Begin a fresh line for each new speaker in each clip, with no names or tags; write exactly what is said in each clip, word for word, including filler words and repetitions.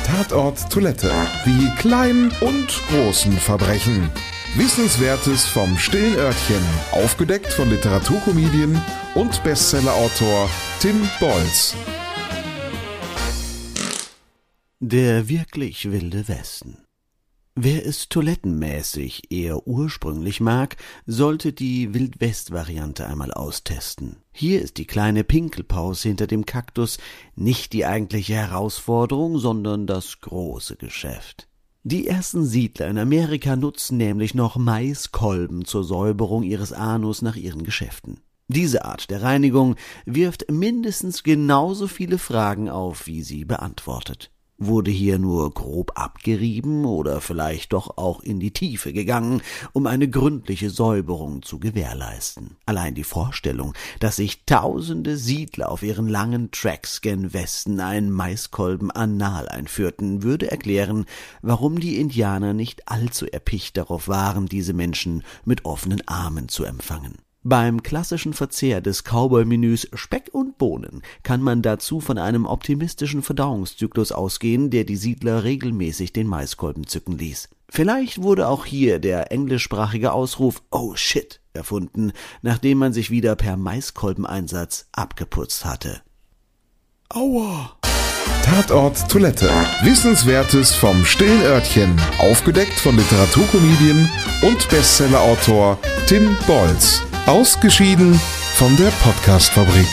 Tatort Toilette. Die kleinen und großen Verbrechen. Wissenswertes vom stillen Örtchen. Aufgedeckt von Literaturkomedien und Bestsellerautor Tim Bolz.
Der wirklich wilde Westen. Wer es toilettenmäßig eher ursprünglich mag, sollte die Wild-West-Variante einmal austesten. Hier ist die kleine Pinkelpause hinter dem Kaktus nicht die eigentliche Herausforderung, sondern das große Geschäft. Die ersten Siedler in Amerika nutzen nämlich noch Maiskolben zur Säuberung ihres Anus nach ihren Geschäften. Diese Art der Reinigung wirft mindestens genauso viele Fragen auf, wie sie beantwortet. Wurde hier nur grob abgerieben oder vielleicht doch auch in die Tiefe gegangen, um eine gründliche Säuberung zu gewährleisten? Allein die Vorstellung, dass sich tausende Siedler auf ihren langen Tracks gen Westen einen Maiskolben anal einführten, würde erklären, warum die Indianer nicht allzu erpicht darauf waren, diese Menschen mit offenen Armen zu empfangen. Beim klassischen Verzehr des Cowboy-Menüs Speck und Bohnen kann man dazu von einem optimistischen Verdauungszyklus ausgehen, der die Siedler regelmäßig den Maiskolben zücken ließ. Vielleicht wurde auch hier der englischsprachige Ausruf "Oh shit" erfunden, nachdem man sich wieder per Maiskolbeneinsatz abgeputzt hatte. Aua!
Tatort Toilette. Wissenswertes vom stillen Örtchen. Aufgedeckt von Literaturkomedien und Bestsellerautor Tim Bolz. Ausgeschieden von der Podcast-Fabrik.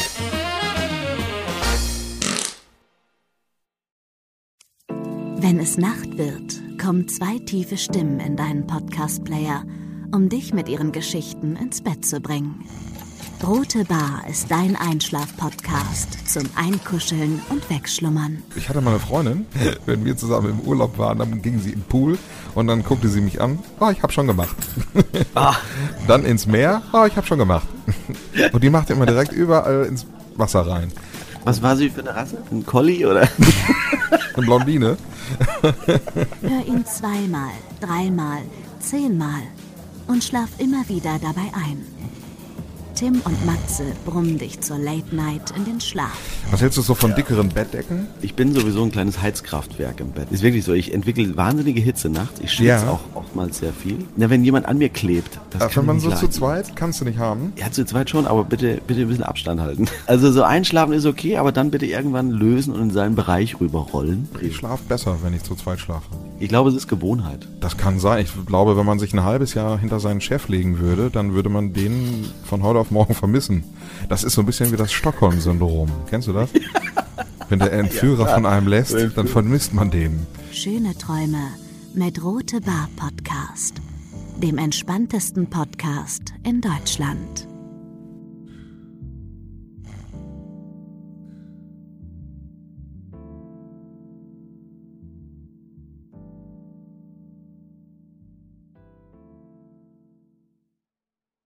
Wenn es Nacht wird, kommen zwei tiefe Stimmen in deinen Podcast-Player, um dich mit ihren Geschichten ins Bett zu bringen. Rote Bar ist dein Einschlaf-Podcast zum Einkuscheln und Wegschlummern.
Ich hatte mal eine Freundin, wenn wir zusammen im Urlaub waren, dann ging sie in den Pool und dann guckte sie mich an. Ah, oh, ich habe schon gemacht. Ah. Dann ins Meer. Ah, oh, ich habe schon gemacht. Und die machte immer direkt überall ins Wasser rein.
Was war sie für eine Rasse? Ein Collie oder?
Eine Blondine.
Hör ihn zweimal, dreimal, zehnmal und schlaf immer wieder dabei ein. Tim und Matze brummen dich zur Late Night in den Schlaf.
Was hältst du so von dickeren Bettdecken?
Ich bin sowieso ein kleines Heizkraftwerk im Bett. Ist wirklich so, ich entwickle wahnsinnige Hitze nachts. Ich schwitze
ja.
auch oftmals sehr viel. Na, wenn jemand an mir klebt, das
ja,
kann
wenn man
ich
so
nicht
zu
leiden.
zweit, kannst du nicht haben.
Ja, zu zweit schon, aber bitte, bitte ein bisschen Abstand halten. Also so einschlafen ist okay, aber dann bitte irgendwann lösen und in seinen Bereich rüberrollen.
Ich schlafe besser, wenn ich zu zweit schlafe.
Ich glaube, es ist Gewohnheit.
Das kann sein. Ich glaube, wenn man sich ein halbes Jahr hinter seinen Chef legen würde, dann würde man den von heute auf morgen vermissen. Das ist so ein bisschen wie das Stockholm-Syndrom. Kennst du das? Wenn der Entführer ja, von einem lässt, dann vermisst man den.
Schöne Träume mit Rote Bar Podcast, dem entspanntesten Podcast in Deutschland.